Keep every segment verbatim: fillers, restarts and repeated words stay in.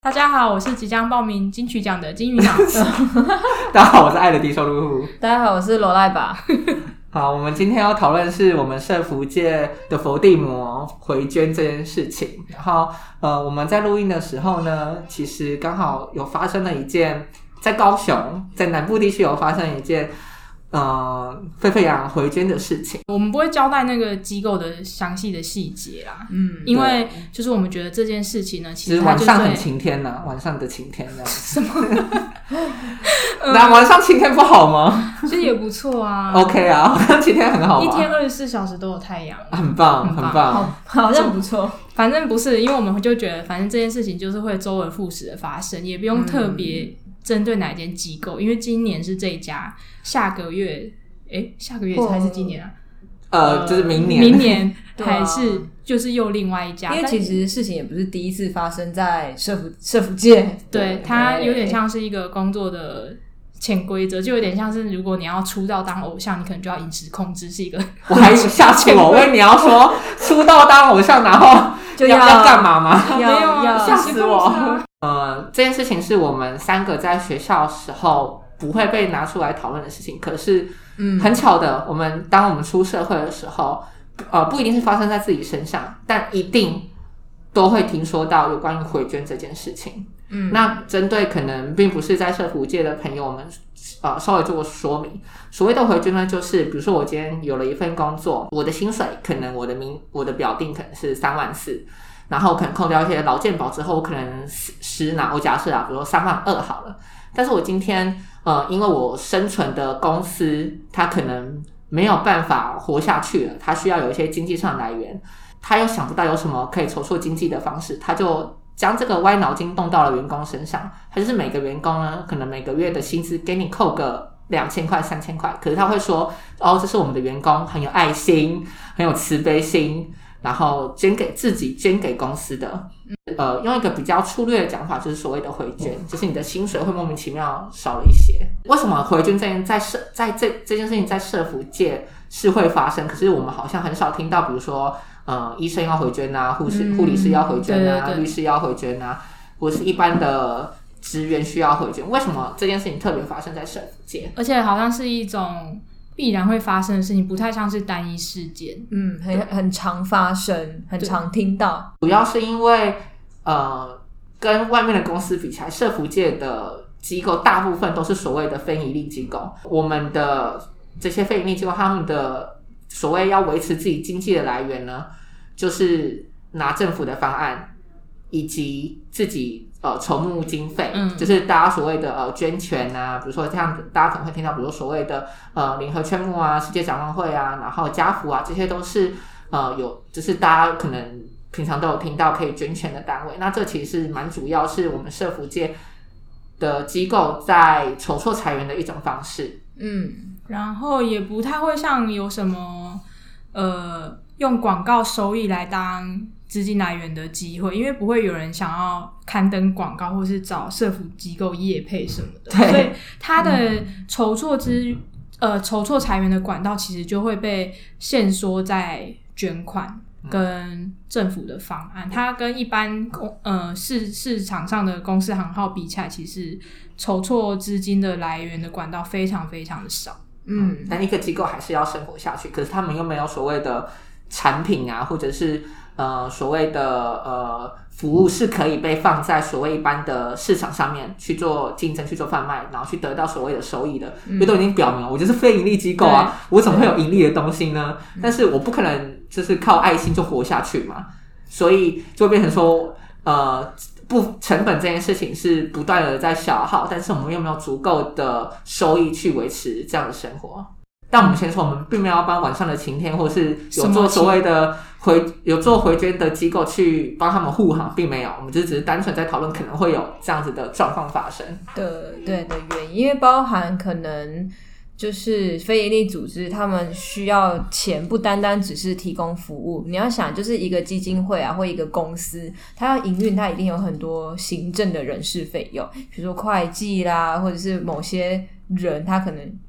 大家好，我是即将报名金曲奖的金鱼脑。 大家好，我是爱的低收入户。 大家好，我是罗赖吧。 好，我们今天要讨论是我们社福界的佛地魔回捐这件事情。然后，呃，我们在录音的时候呢，其实刚好有发生了一件，在高雄，在南部地区有发生一件。呃，沸沸扬扬回捐的事情， 我们不会交代那个机构的详细的细节啦，嗯，因为就是我们觉得这件事情呢，其实它就是晚上很晴天呐、啊，晚上的晴天这样子。 什么？ 那、晚上晴天不好吗？ 其实也不错啊。 OK 啊，晚上晴天很好吧， 一天二十四小时都有太阳， 很棒，很棒， 很棒好, 好像不错。 反正不是，因为我们就觉得，反正这件事情就是会周而复始的发生，也不用特别针对哪一间机构，因为今年是这一家。下个月，诶，下个月还是今年啊？ 呃，就是明年， 明年还是就是又另外一家。 因为其实事情也不是第一次发生在社福社福界， 对，它有点像是一个工作的潜规则，就有点像是如果你要出道当偶像，你可能就要饮食控制，是一个。 我还吓死我，我以为你要说出道当偶像，然后就要要干嘛吗？ 没有啊， 吓死我！呃，这件事情是我们三个在学校时候不会被拿出来讨论的事情，可是，嗯，很巧的，我们当我们出社会的时候，呃，不一定是发生在自己身上，但一定都会听说到有关于回捐这件事情。嗯，那针对可能并不是在社福界的朋友们，呃，稍微做个说明。所谓的回捐呢，就是比如说我今天有了一份工作，我的薪水可能我的名我的表定可能是三万四，然后可能扣掉一些劳健保之后，我可能实拿，我假设啊，比如说三万二好了，但是我今天呃，因为我生存的公司它可能没有办法活下去了，它需要有一些经济上的来源，他又想不到有什么可以筹措经济的方式，他就将这个歪脑筋动到了员工身上。他就是每个员工呢，可能每个月的薪资给你扣个两千块、三千块，可是他会说，哦，这是我们的员工很有爱心、很有慈悲心，然后捐给自己、捐给公司的。呃，用一个比较粗略的讲法，就是所谓的回捐，就是你的薪水会莫名其妙少了一些。为什么回捐这件在社在这这件事情在社福界是会发生？可是我们好像很少听到，比如说，呃，医生要回捐啊，护士、护理师要回捐啊， 对对对， 律师要回捐啊，或是一般的职员需要回捐。为什么这件事情特别发生在社福界？ 而且好像是一种必然会发生的事情，不太像是单一事件。 嗯，很很常发生，很常听到。 主要是因为呃，跟外面的公司比起来，社福界的机构大部分都是所谓的非营利机构。我们的这些非营利机构，他们的所谓要维持自己经济的来源呢，就是拿政府的方案以及自己呃筹募经费，嗯，就是大家所谓的呃捐钱啊，比如说这样大家可能会听到，比如说所谓的呃联合劝募啊、世界展望会啊，然后家福啊，这些都是呃有就是大家可能平常都有听到可以捐钱的单位。那这其实是蛮主要是我们社福界的机构在筹措财源的一种方式。 嗯，然后也不太会像有什么呃用广告收益来当资金来源的机会，因为不会有人想要刊登广告或是找社福机构业配什么的，所以它的筹措资呃筹措财源的管道其实就会被限缩在捐款跟政府的方案，它跟一般呃市市场上的公司行号比起来，其实筹措资金的来源的管道非常非常的少。 嗯，但一个机构还是要生活下去，可是他们又没有所谓的产品啊，或者是呃所谓的呃服务是可以被放在所谓一般的市场上面去做竞争、去做贩卖，然后去得到所谓的收益的。因为都已经表明了，我就是非盈利机构啊，我怎么会有盈利的东西呢？但是我不可能就是靠爱心就活下去嘛，所以就变成说，呃，不成本这件事情是不断的在消耗，但是我们又没有足够的收益去维持这样的生活。但我们先说，我们并没有要帮晚上的晴天，或是有做所谓的回有做回捐的机构去帮他们护航，并没有。我们就只是单纯在讨论可能会有这样子的状况发生的对的原因，因为包含可能就是非营利组织，他们需要钱，不单单只是提供服务。你要想，就是一个基金会啊，或一个公司，它要营运，它一定有很多行政的人事费用，比如说会计啦，或者是某些人，他可能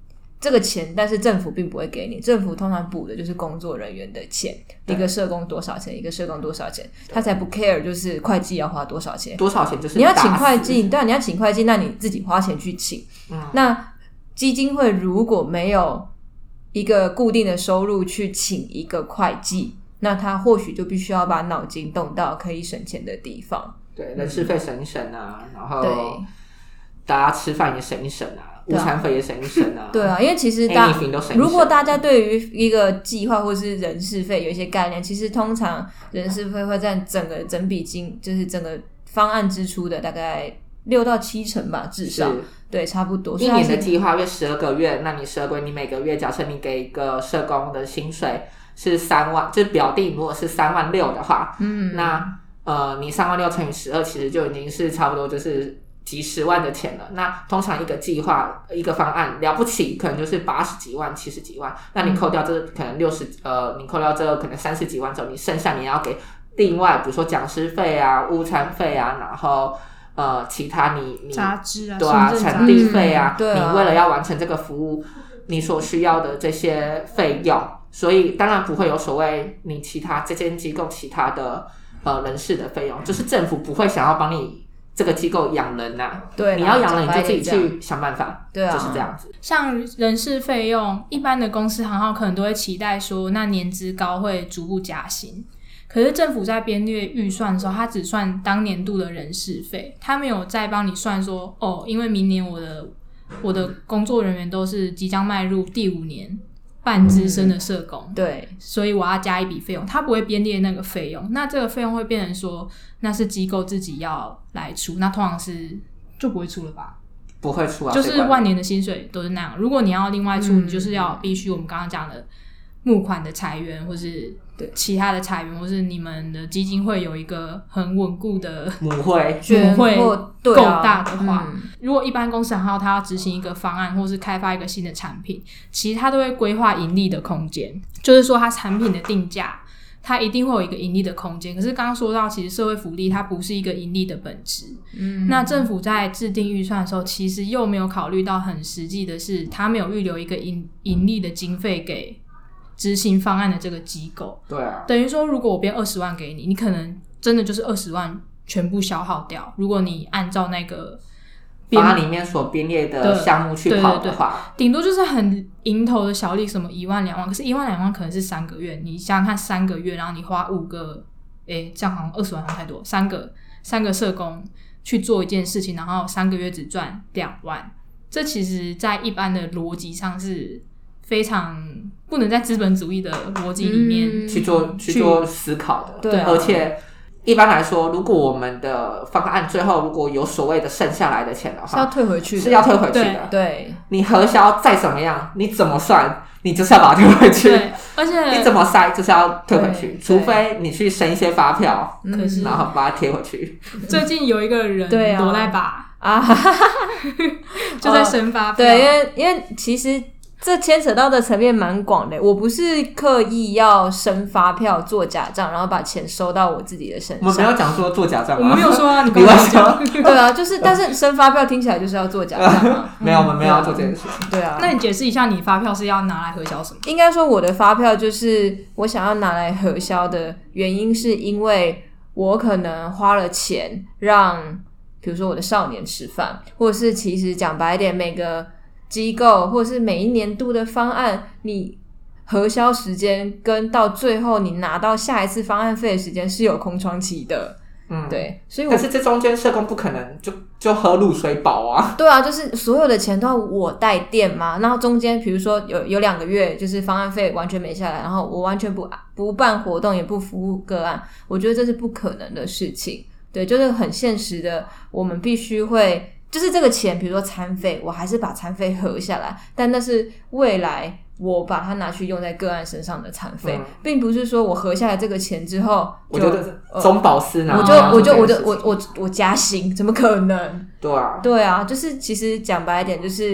这个钱，但是政府并不会给你，政府通常补的就是工作人员的钱，一个社工多少钱，一个社工多少钱，他才不 care 就是会计要花多少钱， 多少钱就是你要请会计，对啊，你要请会计，那你自己花钱去请。嗯，那基金会如果没有一个固定的收入去请一个会计，那他或许就必须要把脑筋动到可以省钱的地方。 对，人事费省一省啊，然后大家吃饭也省一省啊。午餐费也省一省啊， 对啊，因为其实大如果大家对于一个计划或是人事费有一些概念，其实通常人事费会占整个整笔金，就是整个方案支出的大概六到七成吧，至少对，差不多。 一年的计划约十二个月，那你十二个月，你每个月假设你给一个社工的薪水是三万，就是表定如果是三万六的话，嗯，那呃你三万六乘以十二，其实就已经是差不多就是。几十万的钱了，那通常一个计划一个方案了不起可能就是八十几万七十几万，那你扣掉这可能六十呃你扣掉这可能三十几万之后，你剩下你要给另外比如说讲师费啊午餐费啊，然后呃其他你你杂志啊对啊场地费啊、 嗯、啊你为了要完成这个服务你所需要的这些费用，所以当然不会有所谓你其他这间机构其他的呃人事的费用，就是政府不会想要帮你这个机构养人啊，对，你要养人你就自己去想办法，对啊，就是这样子。 像人事费用，一般的公司行号可能都会期待说，那年资高会逐步加薪。可是政府在编列预算的时候，它只算当年度的人事费，它没有再帮你算说，哦，因为明年我的我的工作人员都是即将迈入第五年。半资深的社工、嗯、对，所以我要加一笔费用，他不会编列那个费用，那这个费用会变成说那是机构自己要来出，那通常是就不会出了吧， 不会出啊， 就是万年的薪水都是那样，如果你要另外出、嗯、你就是要必须我们刚刚讲的募款的裁员或是其他的裁员，或是你们的基金会有一个很稳固的母会母会够大的话、啊嗯、如果一般公司行号它要执行一个方案或是开发一个新的产品，其实它都会规划盈利的空间，就是说它产品的定价它一定会有一个盈利的空间，可是刚刚说到其实社会福利它不是一个盈利的本质、嗯、那政府在制定预算的时候其实又没有考虑到很实际的是它没有预留一个盈盈利的经费给执行方案的这个机构， 对啊， 等于说如果我编二十万给你，你可能真的就是二十万全部消耗掉，如果你按照那个方案里面所编列的项目去跑的话， 顶多就是很蝇头的小利，什么一万两万，可是一万两万可能是三个月，你想想看三个月然后你花五个诶这样好像二十万好像太多，三个三个社工去做一件事情，然后三个月只赚两万，这其实在一般的逻辑上是非常不能在资本主义的逻辑里面、 嗯、去做去做思考的， 对、啊， 而且一般来说，如果我们的方案最后如果有所谓的剩下来的钱的话， 是要退回去的， 是要退回去的。 对，对你核销再怎么样，你怎么算，你就是要把它退回去。 对，而且你怎么塞就是要退回去，除非你去生一些发票，可是然后把它贴回去。 最近有一个人躲在把啊， 就在生发票。 对，因为因为其实。这牵扯到的层面蛮广的，我不是刻意要生发票做假账，然后把钱收到我自己的身上。 我们没有讲说做假账、啊， 我们没有说啊，你跟我讲。 对啊，就是但是生发票听起来就是要做假账啊。 没有，我们没有要做这件事情。 对啊， 那你解释一下，你发票是要拿来核销什么？ 应该说我的发票就是我想要拿来核销的原因，是因为我可能花了钱让，比如说我的少年吃饭，或者是其实讲白一点，每个机构或者是每一年度的方案，你核销时间跟到最后你拿到下一次方案费的时间是有空窗期的。嗯，对，所以我可是这中间社工不可能就就喝露水饱啊。 对啊，就是所有的钱都要我带电嘛，然后中间比如说有有两个月就是方案费完全没下来，然后我完全不不办活动也不服务个案，我觉得这是不可能的事情。对，就是很现实的，我们必须会就是这个钱比如说餐费，我还是把餐费核下来，但那是未来我把它拿去用在个案身上的餐费、嗯、并不是说我核下来这个钱之后我觉得中饱私囊、 呃、我就我就我就我我我加薪，怎么可能？ 对啊， 对啊，就是其实讲白一点，就是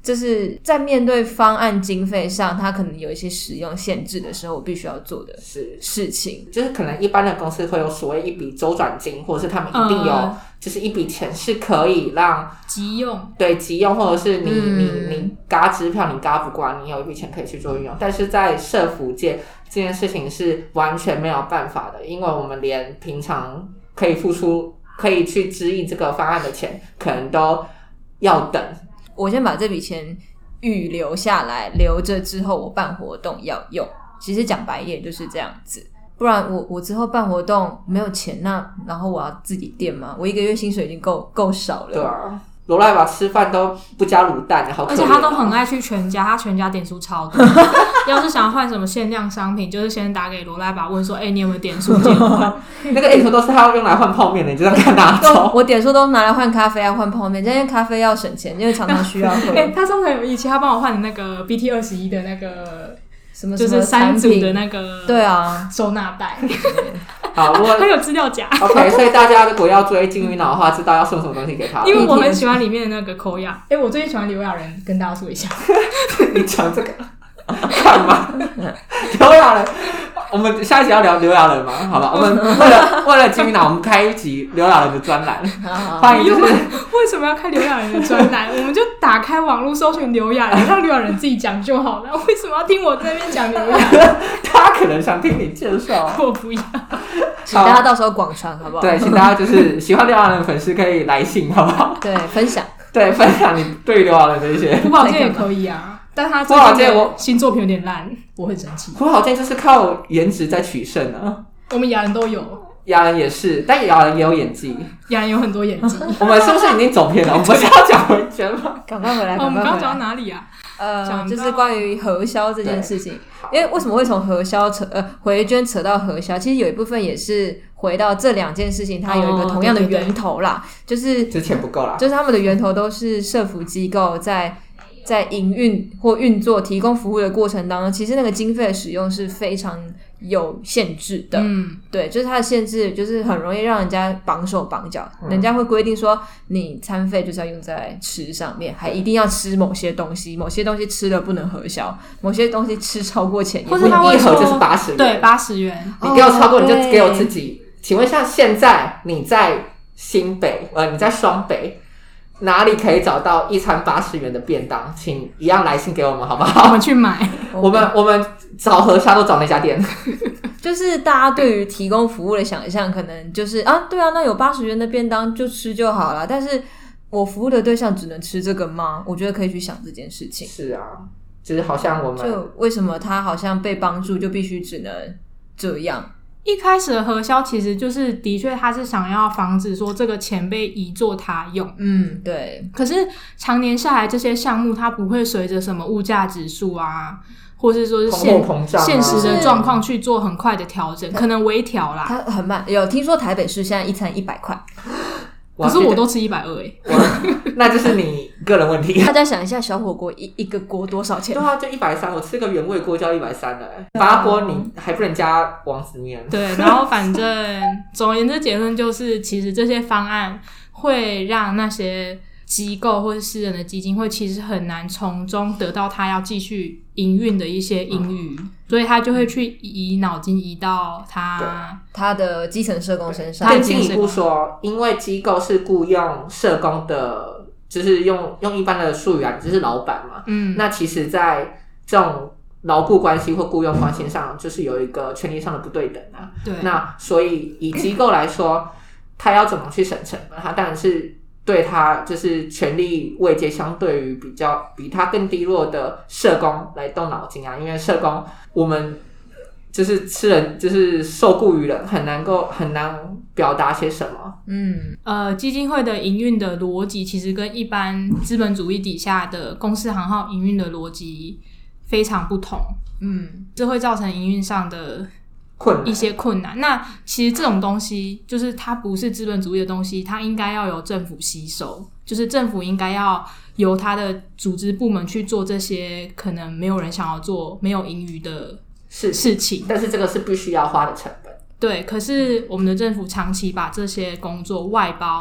就是在面对方案经费上，它可能有一些使用限制的时候，我必须要做的是事情。 就是可能一般的公司会有所谓一笔周转金，或者是他们一定有，就是一笔钱是可以让急用， 对急用，或者是你、 嗯、 你你嘎支票你嘎不过，你有一笔钱可以去做运用。但是在社福界这件事情是完全没有办法的，因为我们连平常可以付出可以去支应这个方案的钱，可能都要等。 我先把这笔钱预留下来，留着之后我办活动要用。其实讲白一点就是这样子，不然我我之后办活动没有钱，那然后我要自己垫吗？我一个月薪水已经够够少了。 对啊，罗赖吧吃饭都不加卤蛋，好可怜、哦。 而且他都很爱去全家，他全家点数超多。要是想要换什么限量商品，就是先打给罗赖吧问说：“哎、欸，你有没有点数借我换？” 那个点数都是他要用来换泡面的，你就这样看拿走。 我点数都拿来换咖啡啊，换泡面，因为咖啡要省钱，因为常常需要喝。 欸、他上次很有义气，他帮我换的那个 B T 二十一的那个什么就是三组的那个对啊收纳袋。 好，如果还有资料夹。 OK， 所以大家如果要追金鱼脑的话，知道要送什么东西给他。 因为我很喜欢里面的那个口雅。哎、欸，我最近喜欢刘亚仁，跟大家说一下。 你讲这个干嘛？刘亚仁，我们下一集要聊刘亚仁吗？好吧，我们为了为了金鱼脑，我们开一集刘亚仁的专栏。欢迎就是为什么要开刘亚仁的专栏？我们就打开网络搜寻刘亚仁，让刘亚仁自己讲就好了。为什么要听我在那边讲刘亚仁？ 他可能想听你介绍， 我不要。 请大家到时候广传好不好？ 对，请大家就是喜欢刘亚仁的粉丝可以来信好不好？ 对，分享。 对，分享你对刘亚仁的一些。 朴宝剑也可以啊。但他最近的新作品有点烂，我很生气。 朴宝剑就是靠颜值在取胜啊。 我们雅人都有， 雅人也是，但雅人也有演技。 雅人有很多演技。 我们是不是已经走偏了？我们不是要讲回圈吗？ 赶快回来， 哦、我们刚刚讲到哪里啊？ 呃，就是关于核销这件事情。因为为什么会从核销扯呃回捐扯到核销？其实有一部分也是回到这两件事情，它有一个同样的源头啦，哦、对对对就是之前不够啦， 就是他们的源头都是社福机构在。在营运或运作提供服务的过程当中，其实那个经费的使用是非常有限制的。嗯，对，就是它的限制就是很容易让人家绑手绑脚、嗯、人家会规定说你餐费就是要用在吃上面，还一定要吃某些东西，某些东西吃了不能核销，某些东西吃超过钱也不能， 或者他会说一盒就是八十元， 对，八十元， 你给我超过你就给我自己。请问一下，现在你在新北呃你在双北哪里可以找到一餐八十元的便当？请一样来信给我们好不好？ 我们去买。 我们我们找核销都找那家店。 就是大家对于提供服务的想象，可能就是啊，对啊，那有八十元的便当就吃就好了。但是我服务的对象只能吃这个吗？我觉得可以去想这件事情。 是啊，就是好像我们就为什么他好像被帮助就必须只能这样？ 一开始的核销其实就是的确他是想要防止说这个钱被移作他用， 嗯，对。 可是长年下来这些项目它不会随着什么物价指数啊，或是说是现膨胀、啊、 现实的状况去做很快的调整，可能微调啦。 它很慢，有听说台北市现在一餐一百块。 可是我都吃一百二十欸， 那就是你个人问题。 大家想一下，小火锅一一个锅多少钱？ 对啊，就一百三，我吃个原味锅就要一百三了。麻辣锅你还不能加王子面。 对，然后反正总而言之，结论就是，其实这些方案会让那些机构或是私人的基金会其实很难从中得到他要继续营运的一些盈余、嗯，所以他就会去移脑筋移到他他的基层社工身上。 更进一步说，因为机构是雇用社工的，就是用用一般的术语啊，就是老板嘛。嗯，那其实在这种劳雇关系或雇用关系上，就是有一个权利上的不对等啊。 对， 那所以以机构来说，他要怎么去省成本？他当然是对他就是权力位阶相对于比较比他更低落的社工来动脑筋啊，因为社工我们就是吃人就是受雇于人，很难够很难表达些什么。 嗯，呃，基金会的营运的逻辑其实跟一般资本主义底下的公司行号营运的逻辑非常不同。嗯，这会造成营运上的一些困难。那其实这种东西就是它不是资本主义的东西，它应该要由政府吸收，就是政府应该要由它的组织部门去做这些可能没有人想要做没有盈余的事事情， 但是这个是必须要花的成本。 对，可是我们的政府长期把这些工作外包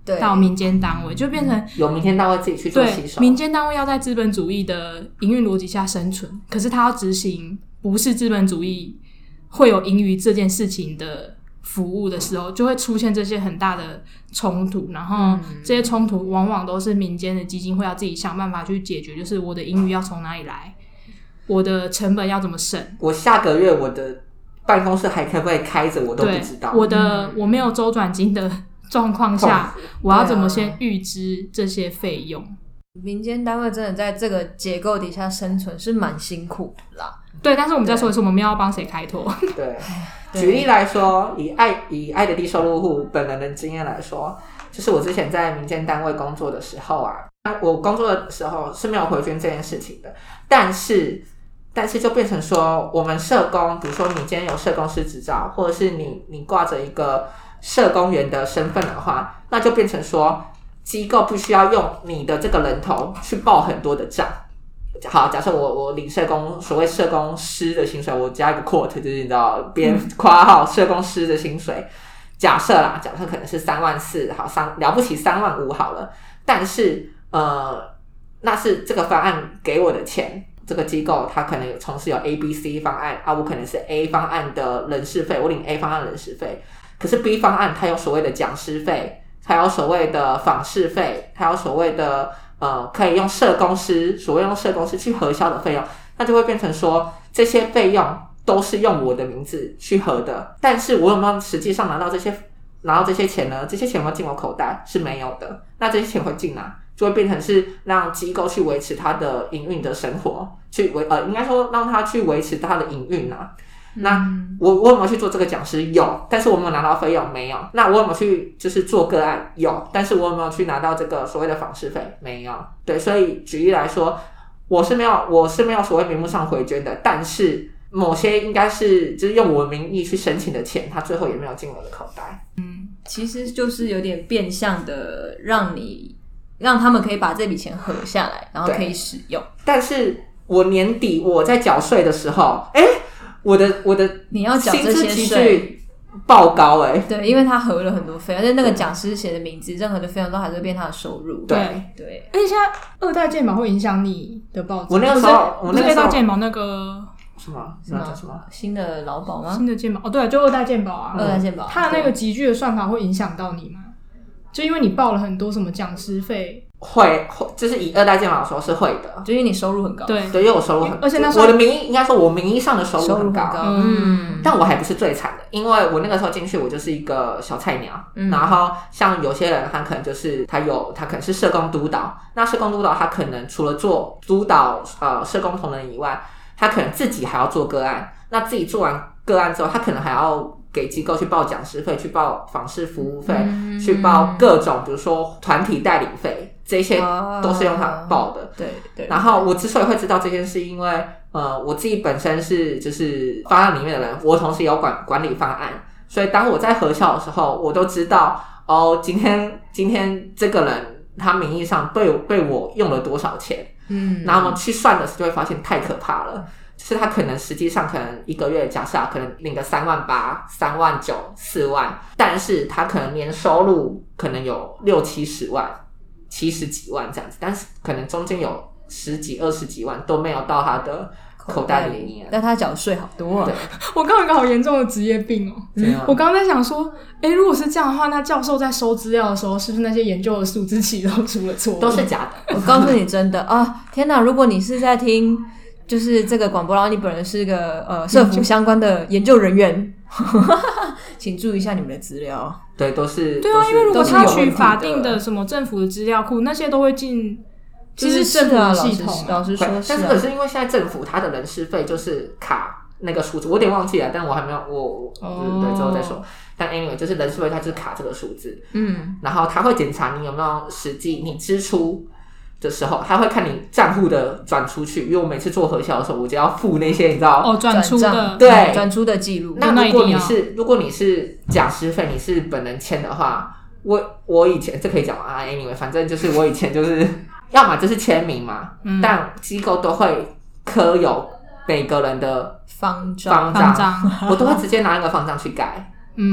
到民间单位，就变成有民间单位自己去做吸收。 对，民间单位要在资本主义的营运逻辑下生存，可是他要执行不是资本主义会有盈余这件事情的服务的时候，就会出现这些很大的冲突，然后这些冲突往往都是民间的基金会要自己想办法去解决，就是我的盈余要从哪里来，我的成本要怎么省， 我下个月我的办公室还可不可以开着，我都不知道。 我的、嗯、我没有周转金的状况下，我要怎么先预支这些费用？ 民间单位真的在这个结构底下生存是蛮辛苦的啦。 对，但是我们在说的是我们要帮谁开拓。 对，举例来说，以爱以爱的低收入户本人的经验来说，就是我之前在民间单位工作的时候啊，我工作的时候是没有回捐这件事情的，但是但是就变成说，我们社工，比如说你今天有社工师执照，或者是你你挂着一个社工员的身份的话，那就变成说机构必须要用你的这个人头去报很多的账。好，假设我我领社工所谓社工师的薪水，我加一个 quote， 就是你知道编括号社工师的薪水，假设啦，假设可能是三万四，好三了不起三万五好了，但是呃，那是这个方案给我的钱。这个机构它可能有从事有 A、B、C 方案啊，我可能是 A 方案的人事费，我领 A 方案人事费，可是 B 方案它有所谓的讲师费，它有所谓的访视费，它有所谓的呃可以用社工师，所谓用社工师去核销的费用，那就会变成说这些费用都是用我的名字去核的，但是我有没有实际上拿到这些拿到这些钱呢？这些钱有没有进我口袋？是没有的。那这些钱会进哪？就会变成是让机构去维持它的营运的生活，去维呃，应该说让它去维持它的营运啊。那我我有没有去做这个讲师？有，但是我没有拿到费用，没有。那我有没有去就是做个案？有，但是我有没有去拿到这个所谓的访视费？没有。对，所以举例来说，我是没有我是没有所谓名目上回捐的，但是某些应该是就是用我的名义去申请的钱，它最后也没有进我的口袋。 嗯，其实就是有点变相的让你。让他们可以把这笔钱合下来，然后可以使用。 但是我年底我在缴税的时候，哎，我的我的你要缴这些税爆高哎、欸， 对，因为他合了很多费，而且那个讲师写的名字，任何的费用都还是会变他的收入。 对对， 而且现在二代健保会影响你的报酬。 我那个时候，我那个二代健保那个。 什么什么什么新的劳保吗？ 新的健保哦，对，就二代健保啊， 二代健保， 它的那个集聚的算法会影响到你吗？就因为你报了很多什么讲师费， 会，就是以二代健保来说是会的， 就因为你收入很高， 对， 对，因为我收入很高， 而且那时候我的名义应该说，我名义上的收入很高， 很高嗯， 但我还不是最惨的，因为我那个时候进去，我就是一个小菜鸟，嗯、然后像有些人他可能就是他有他可能是社工督导，那社工督导他可能除了做督导呃社工同仁以外，他可能自己还要做个案，那自己做完个案之后，他可能还要给机构去报讲师费，去报访视服务费、嗯，去报各种比如说团体带领费，这些都是用它报的。 对对。 然后我之所以会知道这件事，因为呃我自己本身是就是方案里面的人，我同时也有管管理方案，所以当我在核销的时候，我都知道哦，今天今天这个人他名义上被被我用了多少钱，嗯，然后去算的时候就会发现太可怕了。就是他可能实际上可能一个月假设可能领个三万八、三万九、四万，但是他可能年收入可能有六七十万、七十几万这样子，但是可能中间有十几、二十几万都没有到他的口袋里面， 但他缴税好多啊！ 我刚有一个好严重的职业病哦、嗯，我刚刚在想说，哎、欸，如果是这样的话，那教授在收资料的时候，是不是那些研究的数字其实都出了错误？ 都是假的。 我告诉你，真的啊！天哪，如果你是在听。就是这个广播，然后你本人是个呃社福相关的研究人员，请注意一下你们的资料。 对，都是对啊，因为如果他取法定的什么政府的资料库，那些都会进，就是政府的系统。 老实说， 但是可是因为现在政府它的人事费就是卡那个数字，我有点忘记了，但我还没有我哦对之后再说。但 anyway 就是人事费它就是卡这个数字，嗯，然后他会检查你有没有实际你支出。的时候，他会看你账户的转出去，因为我每次做核销的时候，我就要付那些你知道哦转出的对转出的记录。 那如果你是如果你是讲师费，你是本人签的话，我我以前这可以讲啊 ，anyway， 反正就是我以前就是要么就是签名嘛，嗯、但机构都会刻有每个人的方丈， 方丈，我都会直接拿那个方丈去改，嗯。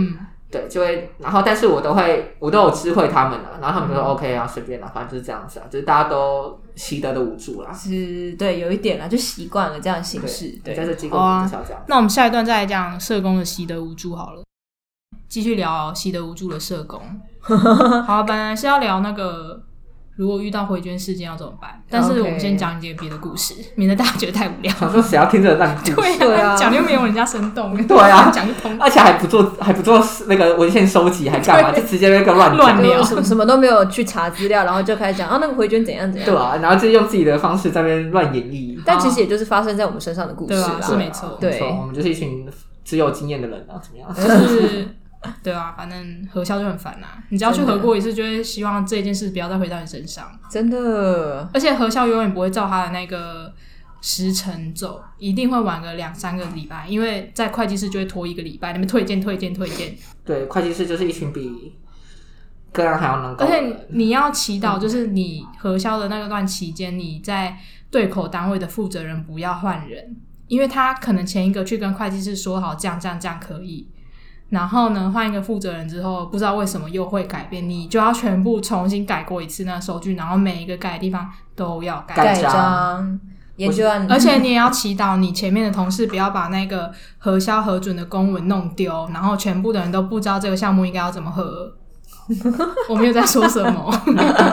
对，就会，然后但是我都会，我都有知会他们了，然后他们就说 OK 啊，随便啦，反正就是这样子啊，就是大家都习得的无助啦。 是，对，有一点啦，就习惯了这样的形式。对， 在这机构里就是要这样、哦啊。 那我们下一段再来讲社工的习得无助好了，继续聊习得无助的社工。好，本来是要聊那个。如果遇到回捐事件要怎么办？但是我们先讲一点别的故事， okay. 免得大家觉得太无聊。 想说谁要听这个烂故事？ 对啊，讲又没有人家生动。 对啊， 讲一通， 而且还不做，还不做那个文献收集，还干嘛？就直接那个乱乱聊， 什么什么都没有去查资料，然后就开始讲啊，那个回捐怎样怎样。 对啊，然后就用自己的方式在那边乱演绎。 但其实也就是发生在我们身上的故事啦， 对啊，是没错。 对， 我们就是一群只有经验的人啊，怎么样？ 就是对啊，反正核销就很烦啊，你只要去核过一次，就会希望这件事不要再回到你身上。 真的， 而且核销永远不会照他的那个时程走，一定会晚个两三个礼拜，因为在会计室就会拖一个礼拜，那边推荐推荐推荐。 对，会计室就是一群比个人还要能够， 而且你要祈祷，就是你核销的那段期间，你在对口单位的负责人不要换人，因为他可能前一个去跟会计室说好这样这样这样可以。然后呢，换一个负责人之后，不知道为什么又会改变，你就要全部重新改过一次那个收据，然后每一个改的地方都要改盖章，研究案， 而且你也要祈祷你前面的同事不要把那个核销核准的公文弄丢，然后全部的人都不知道这个项目应该要怎么核。我没有在说什么。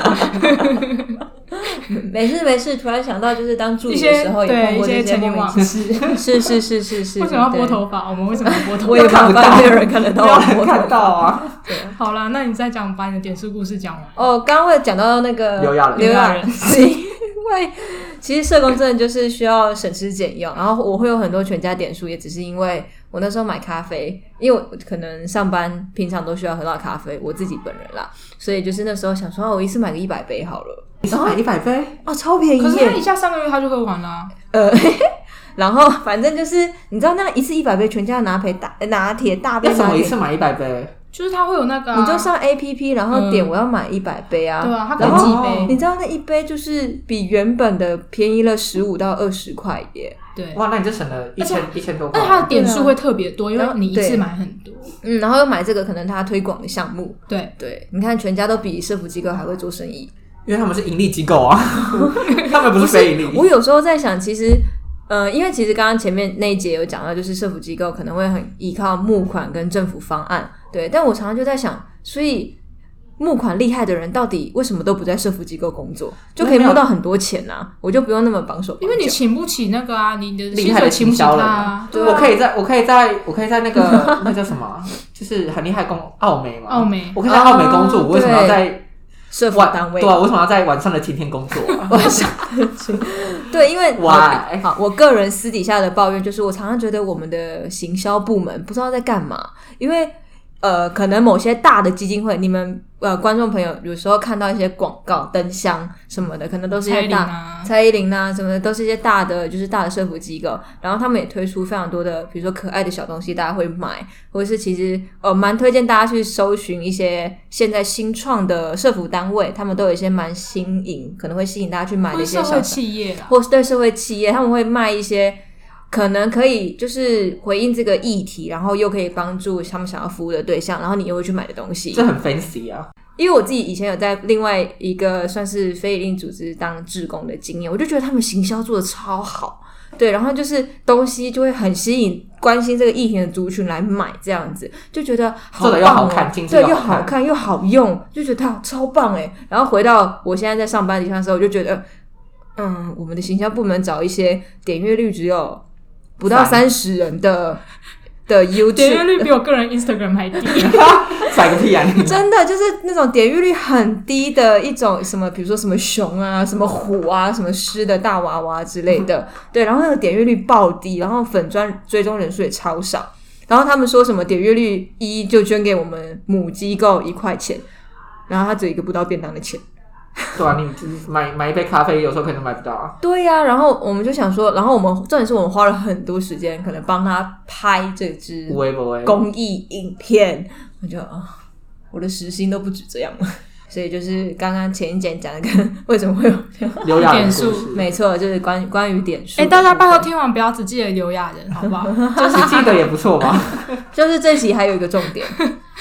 没事没事，突然想到就是当助理的时候也碰过这些莫名其妙，是是是是是。 为什么要拨头发？我们为什么要拨头发？ 我也看不到，没有人看得到， 我拨看到啊。 对， 好啦，那你再讲，把你的点数故事讲完。 哦，刚刚会讲到那个刘亚仁， 刘亚仁，因为其实社工真的就是需要省吃俭用，然后我会有很多全家点数，也只是因为我那时候买咖啡，因为我可能上班平常都需要喝到咖啡，我自己本人啦，所以就是那时候想说，哦，我一次买个一百杯好了。 你是买一百杯？ 哦，超便宜耶！ 可是他一下上个月他就喝完了、啊。 呃，然后反正就是你知道那一次一百杯，全家拿铁大拿铁大杯， 为什么一次买一百杯？ 就是他会有那个、啊， 你就上 A P P， 然后点我要买一百杯啊， 嗯、对啊，他可以几杯？ 你知道那一杯就是比原本的便宜了十五到二十块耶。 对， 哇，那你就省了一千一千多块。 但它的点数会特别多，因为你一次买很多。 嗯，然后又买这个可能他推广的项目。 对对，你看全家都比社福机构还会做生意。 因为他们是盈利机构啊，他们不是非盈利。 我有时候在想，其实，呃，因为其实刚刚前面那一节有讲到，就是社福机构可能会很依靠募款跟政府方案，对。但我常常就在想，所以募款厉害的人到底为什么都不在社福机构工作，就可以募到很多钱啊？我就不用那么绑手绑脚， 因为你请不起那个啊，你的厉害的请不起他啊。 对啊，我可以在，我可以在，我可以在那个那叫什么，就是很厉害工奥美嘛， 奥美， 我可以在奥美工作，我为什么要在？ 社福单位对啊，为什么要在晚上的晴天工作、啊？ 晚上对，因为 Why？ 好，我个人私底下的抱怨就是，我常常觉得我们的行销部门不知道在干嘛，因为呃，可能某些大的基金会，你们呃观众朋友有时候看到一些广告、灯箱什么的，可能都是一些大蔡依林啊什么的，都是一些大的就是大的社福机构，然后他们也推出非常多的，比如说可爱的小东西，大家会买，或者是其实呃蛮推荐大家去搜寻一些现在新创的社福单位，他们都有一些蛮新颖，可能会吸引大家去买的一些小社会企业啦， 或是对社会企业，他们会卖一些。可能可以就是回应这个议题，然后又可以帮助他们想要服务的对象，然后你又会去买的东西， 这很 fancy 啊。 因为我自己以前有在另外一个算是非营利组织当志工的经验，我就觉得他们行销做的超好，对，然后就是东西就会很吸引关心这个议题的族群来买，这样子就觉得好棒、哦、 做的又好看， 对，又好看又好用，就觉得它超棒哎。然后回到我现在在上班底下的时候，我就觉得，嗯，我们的行销部门找一些点阅率只有不到三十人的的 YouTube 点阅率比我个人 Instagram 还低， 甩个屁啊！ 真的就是那种点阅率很低的一种什么，比如说什么熊啊、什么虎啊、什么狮的大娃娃之类的，对，然后那个点阅率爆低，然后粉专追踪人数也超少，然后他们说什么点阅率一就捐给我们母机构一块钱，然后他只有一个不到便当的钱。 对啊，你买买一杯咖啡有时候可能买不到啊。 对啊，然后我们就想说，然后我们重点是我们花了很多时间，可能帮他拍这支公益影片，我就啊、哦，我的时薪都不止这样了。所以就是刚刚前一节讲的跟为什么会有刘亚仁点数， 没错，就是关关于点数。 哎、欸，大家拜托听完不要只记得刘亚仁，好不好？ 就是记得也不错吧。 就是这集还有一个重点，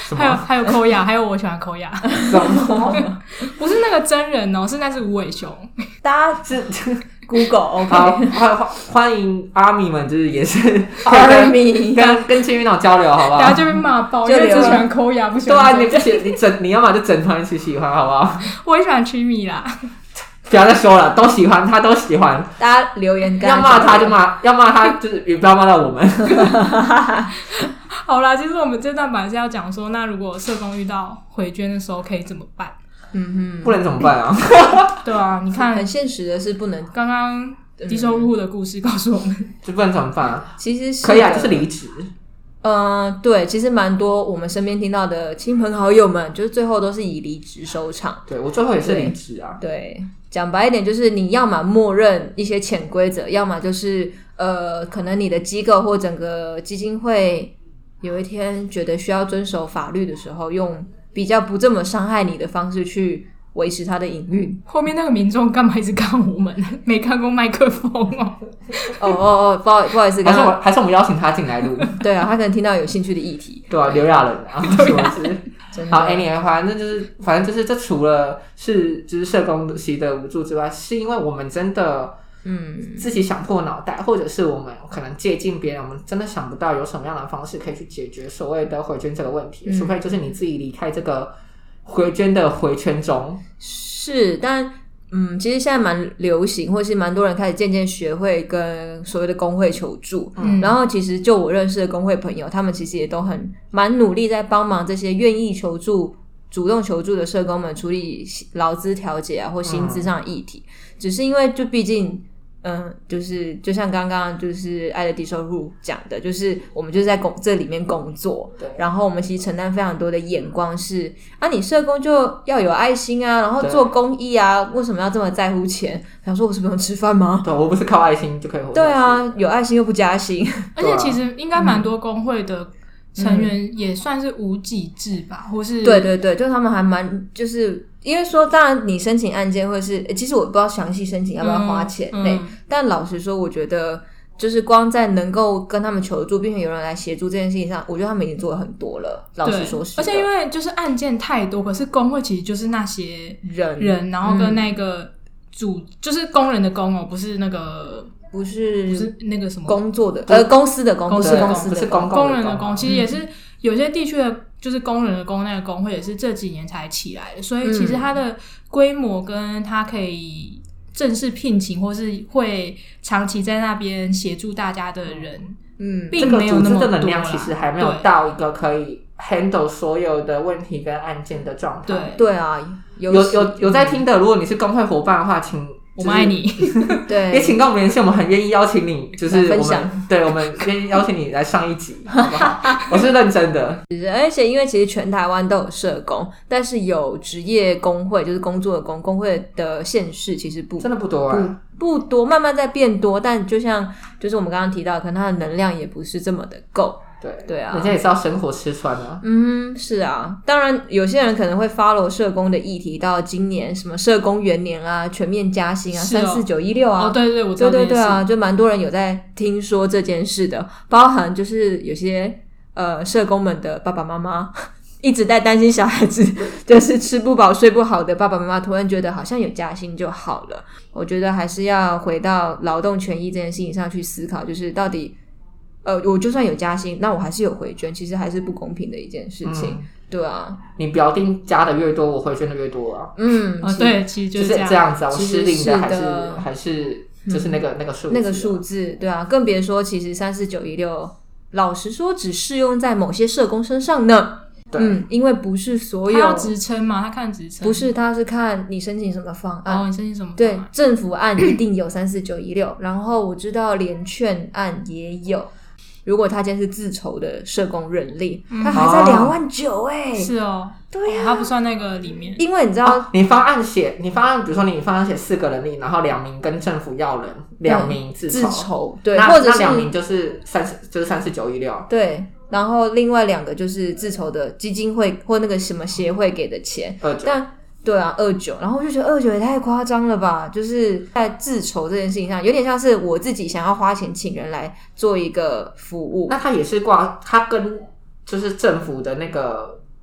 还有还有抠牙，还有我喜欢抠牙， 什么？ 不是那个真人哦，是那只无尾熊。 大家是 Google OK， 好，欢欢迎阿米们，就是也是阿米跟跟金鱼脑交流，好不好？ 然后就被骂爆，因为只喜欢抠牙，不喜欢。 对啊，你不喜你整你要么就整团一起喜欢，好不好？ 我也喜欢曲米啦。 不要再说了，都喜欢，他都喜欢。 大家留言跟他要骂他就骂，要骂他就是也不要骂到我们。 好啦，其实我们这段本来是要讲说，那如果社工遇到回捐的时候可以怎么办？ 嗯哼， 不能怎么办啊？ 对啊，你看， 很现实的是不能。 刚刚低收入户的故事告诉我们， 就不能怎么办啊？ 其实是可以啊，就是离职。 嗯、呃，对，其实蛮多我们身边听到的亲朋好友们，就是最后都是以离职收场。 对，我最后也是离职啊。 对，讲白一点，就是你要么默认一些潜规则，要么就是呃，可能你的机构或整个基金会有一天觉得需要遵守法律的时候，用比较不这么伤害你的方式去维持它的营运。 后面那个民众干嘛一直看我们？没看过麦克风哦。 哦哦哦，不好不好意思， 还刚刚是我还是我们邀请他进来录。 对啊，他可能听到有兴趣的议题。 对啊，刘亚仁啊，是不是？ 真的好 ，anyway， 反正就是反正就是这除了是就是社工系的无助之外，是因为我们真的嗯自己想破脑袋，或者是我们可能接近别人，我们真的想不到有什么样的方式可以去解决所谓的回捐这个问题，嗯、除非就是你自己离开这个回捐的回圈中。 是，但嗯，其实现在蛮流行，或是蛮多人开始渐渐学会跟所谓的工会求助。嗯，然后其实就我认识的工会朋友，他们其实也都很蛮努力在帮忙这些愿意求助、主动求助的社工们处理劳资调解啊或薪资上的议题。嗯、只是因为就毕竟。嗯，就是就像刚刚就是爱的低收入讲的，就是我们就是在工这里面工作，对，然后我们其实承担非常多的眼光是啊，你社工就要有爱心啊，然后做公益啊，为什么要这么在乎钱？想说我是不用吃饭吗？ 对，我不是靠爱心就可以活下去。 对啊，有爱心又不加薪， 而且其实应该蛮多工会的成员也算是无给制吧，嗯、或是对对对，就他们还蛮就是因为说，当然你申请案件会是，其实我不知道详细申请要不要花钱类、嗯嗯，但老实说，我觉得就是光在能够跟他们求助，并且有人来协助这件事情上，我觉得他们已经做了很多了。老实说是， 而且因为就是案件太多，可是工会其实就是那些人人，然后跟那个主、嗯、就是工人的工哦，不是那个。 不是不是那个什么工作的呃公司的工， 不是公司的不是公工人的工，其实也是有些地区的，就是工人的工，那个工会也是这几年才起来的，所以其实它的规模跟它可以正式聘请或是会长期在那边协助大家的人，嗯，并没有那么多啦。 这个组织的能量其实还没有到一个可以 handle 所有的问题跟案件的状态。 对对啊， 有有有在听的，如果你是工会伙伴的话，请。 我们爱你， 对， 也请跟我们联系，我们很愿意邀请你，就是我们分享， 对我们愿意邀请你来上一集，好不好？我是认真的。 而且因为其实全台湾都有社工，但是有职业工会，就是工作的工工会的县市其实不真的不多啊， 不不多，慢慢在变多，但就像就是我们刚刚提到，可能它的能量也不是这么的够。 对对啊， 人家也是要生活吃穿啊。 嗯，是啊，当然有些人可能会 follow 社工的议题，到今年什么社工元年啊，全面加薪啊，三四九一六啊， 哦，对对，我知道， 对对对啊，就蛮多人有在听说这件事的，包含就是有些呃社工们的爸爸妈妈。一直在担心小孩子就是吃不饱睡不好的爸爸妈妈，突然觉得好像有加薪就好了。我觉得还是要回到劳动权益这件事情上去思考，就是到底呃，我就算有加薪，那我还是有回捐，其实还是不公平的一件事情。嗯，对啊， 你表定加的越多，我回捐的越多啊。 嗯， 哦，对，其实就是这样， 就是这样子啊。我失灵的还是还是就是那个、嗯、那个数字、啊， 那个数字，对啊，更别说其实三四九一六，老实说只适用在某些社工身上呢。 对， 嗯，因为不是所有， 他要职称嘛，他看职称， 不是，他是看你申请什么方案。 哦，你申请什么方案？ 对，政府案一定有三四九一六，然后我知道联劝案也有。如果他今天是自筹的社工人力，嗯、他还在两万九哎， 是哦， 对啊、 哦，他不算那个里面， 因为你知道， 哦、你方案写，你方案，比如说你方案写四个人力，然后两名跟政府要人，两名自筹， 自筹，对， 那或者是那两名就是三就是三四九一六， 对。然后另外两个就是自筹的基金会或那个什么协会给的钱，但对啊二九，然后我就觉得二九也太夸张了吧，就是在自筹这件事情上有点像是我自己想要花钱请人来做一个服务， 那他也是挂他跟就是政府的那个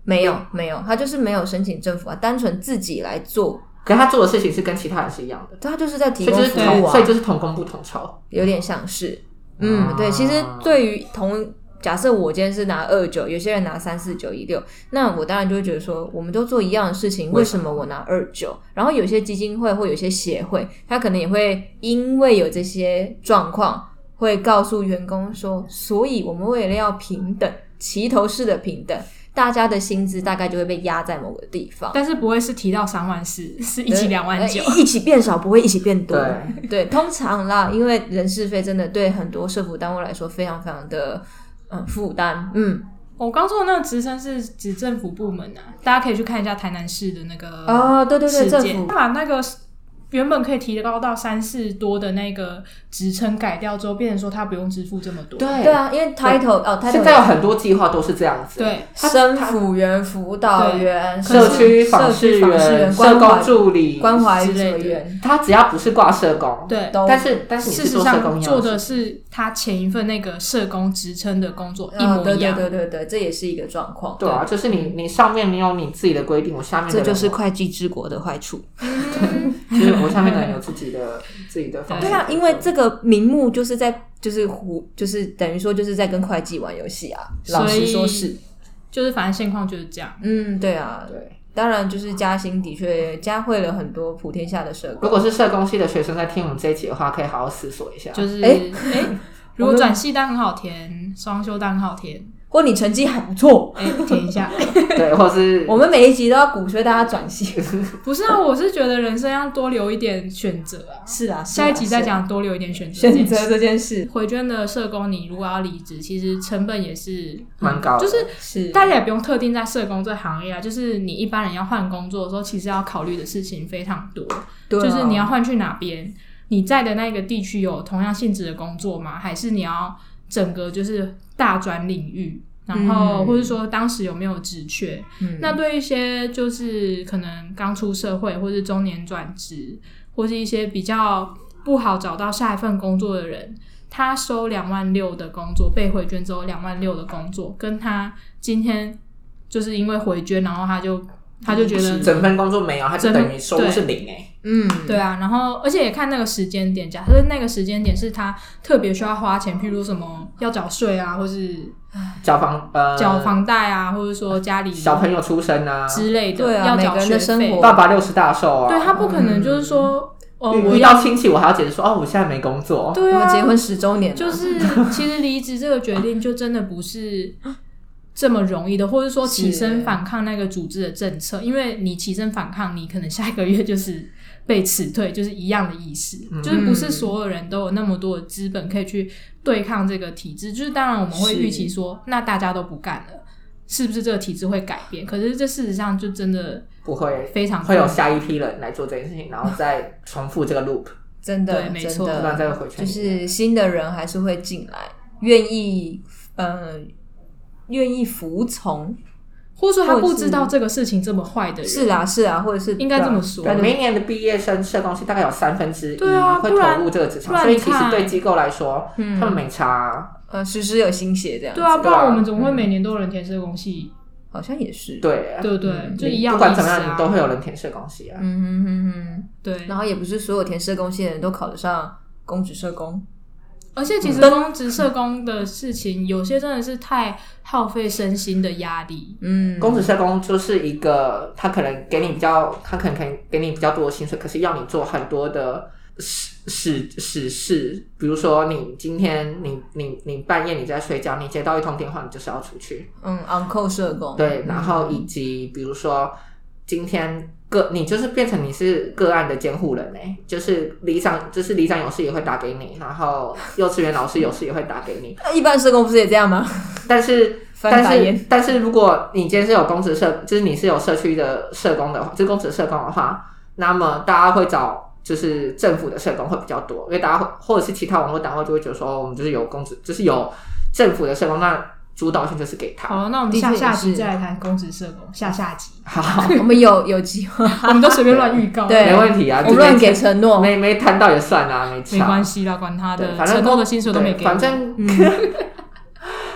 没有没有，他就是没有申请政府啊，单纯自己来做。 可是他做的事情是跟其他人是一样的， 他就是在提供服务啊， 所以就是同工不同酬， 有点像是，嗯，对。其实对于同假设我今天是拿二九，有些人拿三四九一六，那我当然就会觉得说，我们都做一样的事情，为什么我拿二九？然后有些基金会或有些协会，他可能也会因为有这些状况，会告诉员工说，所以我们为了要平等，齐头式的平等。大家的薪资大概就会被压在某个地方， 但是不会是提到三万四，是一起两万九， 一起变少，不会一起变多。 对对，通常啦，因为人事费真的对很多社福单位来说非常非常的嗯负担。嗯， 我刚说的那个职称是指政府部门啊，大家可以去看一下台南市的那个哦，对对对，政府他把那个原本可以提高到三四多的那个职称改掉之后，变成说他不用支付这么多。 对对啊，因为 title 哦 ，title 现在有很多计划都是这样子。 对， 生辅员、辅导员、 社区访视员、社工助理、 关怀之类的， 他只要不是挂社工， 对， 但是但是你是做社工一样事实上做的是他前一份那个社工职称的工作一模一样。 对对对对对，这也是一个状况。 对啊，就是你你上面你有你自己的规定，我下面的这就是会计之国的坏处。 就是我下面的人有自己的自己的方式。 对啊，因为这个名目就是在就是胡就是等于说就是在跟会计玩游戏啊。老实说是， 就是反正现况就是这样。 嗯，对啊， 对。 当然，就是嘉兴的确嘉惠了很多普天下的社工。 如果是社工系的学生在听我们这一集的话，可以好好思索一下。 就是哎哎，如果转系单很好填，双修单很好填。 或你成绩还不错， 哎、欸，填一下。 对，或是我们每一集都要鼓吹大家转系。 不是啊，我是觉得人生要多留一点选择啊。 是啊， 下一集再讲多留一点选择。 选择这件事， 回捐的社工，你如果要离职，其实成本也是蛮高的， 就是是大家也不用特定在社工这行业啊，就是你一般人要换工作的时候，其实要考虑的事情非常多。 对啊， 就是你要换去哪边，你在的那个地区有同样性质的工作吗？还是你要整个就是大转领域？然后或者说当时有没有职缺、嗯、那对一些就是可能刚出社会或是中年转职或是一些比较不好找到下一份工作的人，他收两万六的工作，被回捐之后两万六的工作，跟他今天就是因为回捐然后他就他就觉得整份工作没有，他就等于收入是零欸。 嗯， 对啊，然后而且也看那个时间点，假设那个时间点是他特别需要花钱，譬如什么要缴税啊，或是缴房呃缴房贷啊，或者说家里小朋友出生啊之类的， 对啊， 要缴学费， 爸爸六十大寿啊， 对他不可能就是说、嗯、哦， 遇遇到亲戚我还要解释说哦，我现在没工作， 对啊， 我们结婚十周年了， 就是其实离职这个决定就真的不是这么容易的，或者说起身反抗那个组织的政策，因为你起身反抗，你可能下一个月就是被辞退，就是一样的意思、嗯、就是不是所有人都有那么多的资本可以去对抗这个体制，就是当然我们会预期说那大家都不干了，是不是这个体制会改变，可是这事实上就真的不会， 非常会有下一批人来做这件事情，然后再重复这个 loop 真的对没错， 真的再回圈就是新的人还是会进来，愿意呃愿意服从， 或者说他不知道这个事情这么坏的人， 是啊是啊，或者是应该这么说。 对，每一年的毕业生社工系大概有三分之一会投入这个职场， 啊、 所以其实对机构来说， 嗯、 他们没差、啊， 呃，时时有新血这样子。 对啊，不然我们怎么会每年都有人填社工系？ 嗯、好像也是， 对、啊， 对不对？ 嗯、 就一样、啊， 不管怎么样，你都会有人填社工系啊。 嗯哼哼哼， 对。 然后也不是所有填社工系的人都考得上公职社工。 而且其实公职社工的事情、嗯、有些真的是太耗费身心的压力。 嗯，公职社工就是一个他可能给你比较他可能可以给你比较多的薪水，可是要你做很多的史史事，比如说你今天你你你半夜你在睡觉，你接到一通电话，你就是要出去。 嗯 on call 社工。 对，然后以及比如说今天个你就是变成你是个案的监护人欸，就是里长就是里长有事也会打给你，然后幼稚园老师有事也会打给你。 一般社工不是也这样吗？ 但是但是但是如果你今天是有公职社，就是你是有社区的社工的话，就是公职社工的话，那么大家会找就是政府的社工会比较多，因为大家会或者是其他网络单位就会觉得说，我们就是有公职，就是有政府的社工，那主导性就是给他。 好，那我们下下集再来谈公职社工。下下集， 好， 我们有有机会， 我们都随便乱预告， 对， 没问题啊。 我们乱给承诺， 没没谈到也算啊，没没关系啦，管他的， 反正承诺的薪水都没给我。 反正， 嗯、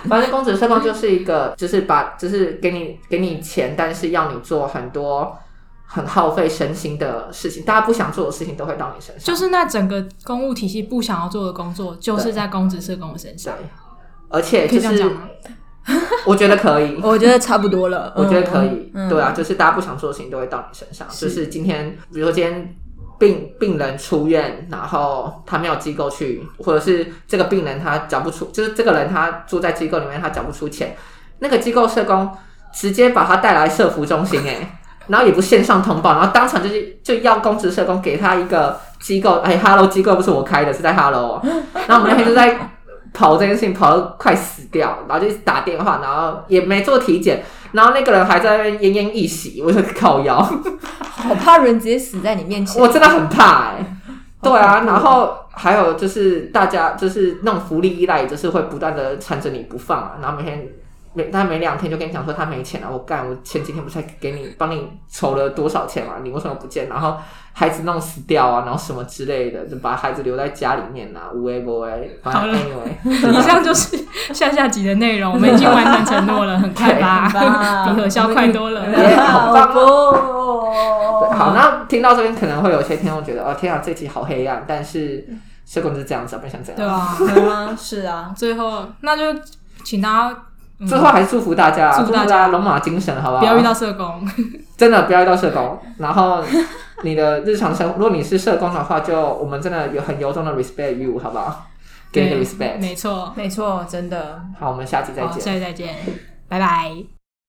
反正公职社工就是一个，就是把就是给你给你钱，但是要你做很多很耗费身心的事情，大家不想做的事情都会到你身上。 就是那整个公务体系不想要做的工作，就是在公职社工的身上。 对，而且就是可以这样讲吗？ 我觉得可以， 我觉得差不多了。 我觉得可以， 嗯、 对啊，就是大家不想做的事情都会到你身上。就是今天，比如说今天。病病人出院，然后他没有机构去，或者是这个病人他缴不出，就是这个人他住在机构里面他缴不出钱，那个机构社工直接把他带来社福中心哎，然后也不线上通报，然后当场就是就要公职社工给他一个机构，哎 ，Hello 机构不是我开的，是在 Hello， 然后我们那天就在跑这件事情，跑到快死掉，然后就一直打电话，然后也没做体检，然后那个人还在那边奄奄一息，我就靠腰。 好怕人直接死在你面前， 我真的很怕哎、欸。对啊，然后还有就是大家就是那种福利依赖，就是会不断的缠着你不放啊，然后每天每他每两天就跟你讲说他没钱了、啊，我干，我前几天不是还给你帮你筹了多少钱嘛，你为什么不见？然后孩子弄死掉啊，然后什么之类的，就把孩子留在家里面啊，无为不为。 好了 ，anyway， 以上就是下下集的内容，我们已经完成承诺了，很快吧？比核销快多了， 好棒哦！好，那听到这边可能会有些听众觉得，哦天啊，这集好黑暗，但是社工就是这样子，不想怎样？ 对啊， 对啊，是啊。 最后那就请大家。 嗯、最后还是祝福大家， 祝福大家龙马精神，好不好？ 不要遇到社工， 真的不要遇到社工。然后你的日常生活，如果你是社工的话，就我们真的有很由衷的 respect you， 好不好？给你个 respect， 没错， 没错，真的。 好，我们下期再见。 好，下期再见，拜拜。